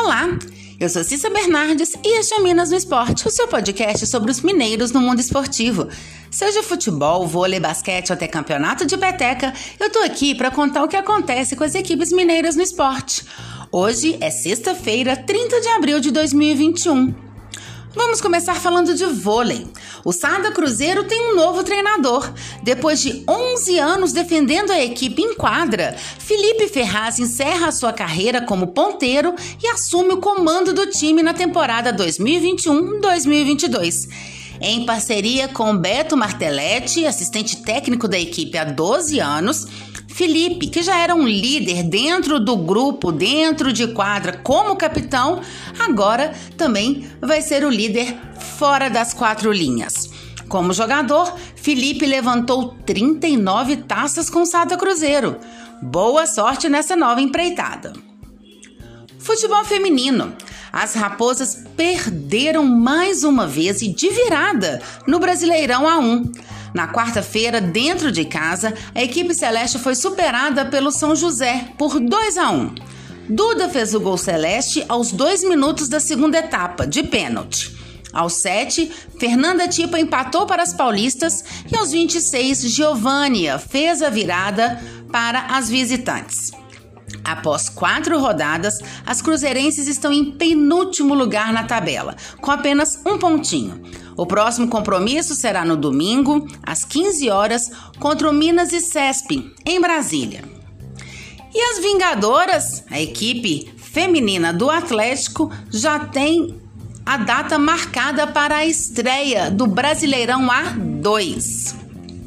Olá, eu sou Cissa Bernardes e este é Minas no Esporte, o seu podcast sobre os mineiros no mundo esportivo. Seja futebol, vôlei, basquete ou até campeonato de peteca, eu tô aqui para contar o que acontece com as equipes mineiras no esporte. Hoje é sexta-feira, 30 de abril de 2021. Vamos começar falando de vôlei. O Sada Cruzeiro tem um novo treinador. Depois de 11 anos defendendo a equipe em quadra, Felipe Ferraz encerra a sua carreira como ponteiro e assume o comando do time na temporada 2021-2022. Em parceria com Beto Martelletti, assistente técnico da equipe há 12 anos, Felipe, que já era um líder dentro do grupo, dentro de quadra como capitão, agora também vai ser o líder fora das quatro linhas. Como jogador, Felipe levantou 39 taças com o Sada Cruzeiro. Boa sorte nessa nova empreitada. Futebol feminino. As Raposas perderam mais uma vez e de virada no Brasileirão A1. Na quarta-feira, dentro de casa, a equipe celeste foi superada pelo São José por 2-1. Duda fez o gol celeste aos 2 minutos da segunda etapa, de pênalti. Aos 7, Fernanda Tipa empatou para as paulistas e aos 26, Giovânia fez a virada para as visitantes. Após 4 rodadas, as cruzeirenses estão em penúltimo lugar na tabela, com apenas um pontinho. O próximo compromisso será no domingo, às 15 horas, contra o Minas e Cesp, em Brasília. E as Vingadoras, a equipe feminina do Atlético, já tem a data marcada para a estreia do Brasileirão A2.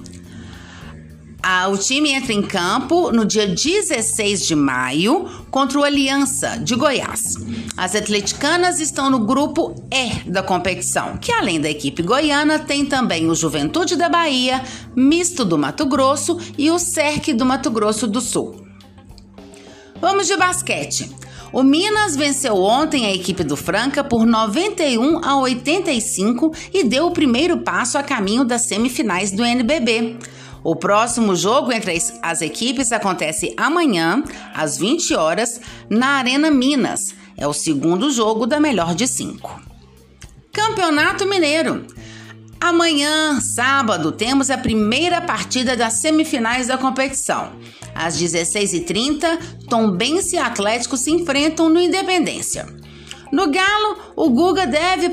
O time entra em campo no dia 16 de maio contra o Aliança de Goiás. As atleticanas estão no grupo E da competição, que além da equipe goiana tem também o Juventude da Bahia, Misto do Mato Grosso e o Cerc do Mato Grosso do Sul. Vamos de basquete. O Minas venceu ontem a equipe do Franca por 91-85 e deu o primeiro passo a caminho das semifinais do NBB. O próximo jogo entre as equipes acontece amanhã, às 20 horas, na Arena Minas. É o segundo jogo da melhor de 5. Campeonato Mineiro. Amanhã, sábado, temos a primeira partida das semifinais da competição. Às 16h30, Tombense e Atlético se enfrentam no Independência. No Galo, o Cuca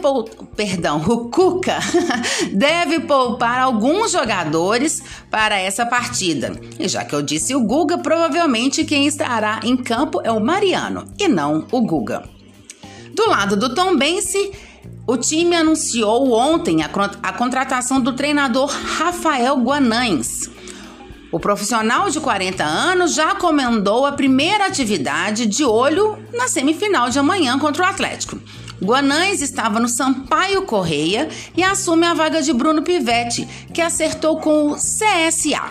deve poupar alguns jogadores para essa partida. E já que eu disse o Guga, provavelmente quem estará em campo é o Mariano e não o Guga. Do lado do Tombense, o time anunciou ontem a contratação do treinador Rafael Guanães. O profissional de 40 anos já comandou a primeira atividade de olho na semifinal de amanhã contra o Atlético. Guanães estava no Sampaio Correia e assume a vaga de Bruno Pivetti, que acertou com o CSA.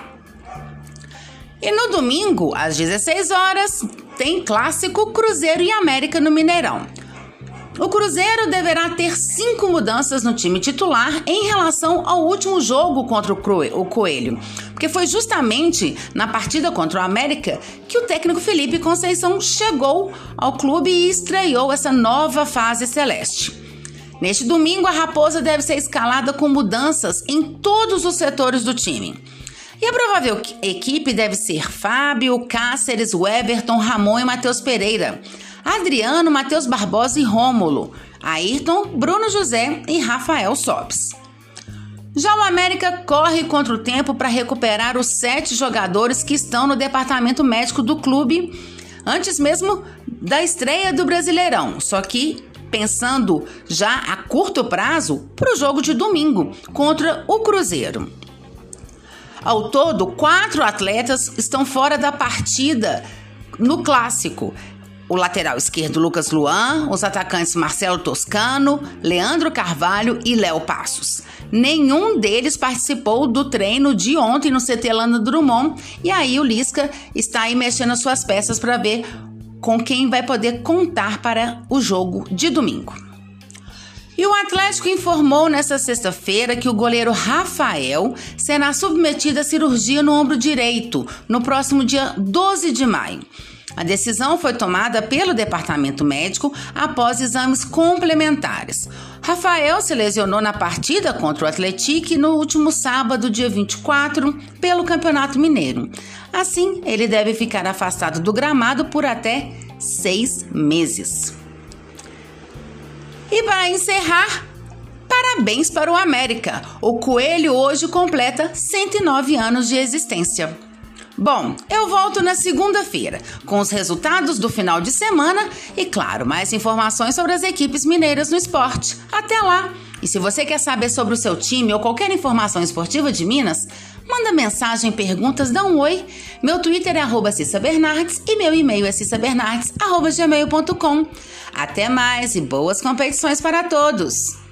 E no domingo, às 16 horas, tem clássico Cruzeiro e América no Mineirão. O Cruzeiro deverá ter 5 mudanças no time titular em relação ao último jogo contra o Coelho, porque foi justamente na partida contra o América que o técnico Felipe Conceição chegou ao clube e estreou essa nova fase celeste. Neste domingo, a Raposa deve ser escalada com mudanças em todos os setores do time. E a provável equipe deve ser Fábio, Cáceres, Everton, Ramon e Matheus Pereira, Adriano, Matheus Barbosa e Rômulo, Ayrton, Bruno José e Rafael Sobis. Já o América corre contra o tempo para recuperar os 7 jogadores que estão no departamento médico do clube antes mesmo da estreia do Brasileirão, só que pensando já a curto prazo para o jogo de domingo contra o Cruzeiro. Ao todo, 4 atletas estão fora da partida no clássico. O lateral esquerdo Lucas Luan, os atacantes Marcelo Toscano, Leandro Carvalho e Léo Passos. Nenhum deles participou do treino de ontem no CT Landa Drummond e aí o Lisca está aí mexendo as suas peças para ver com quem vai poder contar para o jogo de domingo. E o Atlético informou nesta sexta-feira que o goleiro Rafael será submetido à cirurgia no ombro direito no próximo dia 12 de maio. A decisão foi tomada pelo departamento médico após exames complementares. Rafael se lesionou na partida contra o Atlético no último sábado, dia 24, pelo Campeonato Mineiro. Assim, ele deve ficar afastado do gramado por até 6 meses. E para encerrar, parabéns para o América. O Coelho hoje completa 109 anos de existência. Bom, eu volto na segunda-feira com os resultados do final de semana e, claro, mais informações sobre as equipes mineiras no esporte. Até lá! E se você quer saber sobre o seu time ou qualquer informação esportiva de Minas, manda mensagem, perguntas, dá um oi. Meu Twitter é @CissaBernardes e meu e-mail é cissabernardes@gmail.com. Até mais e boas competições para todos!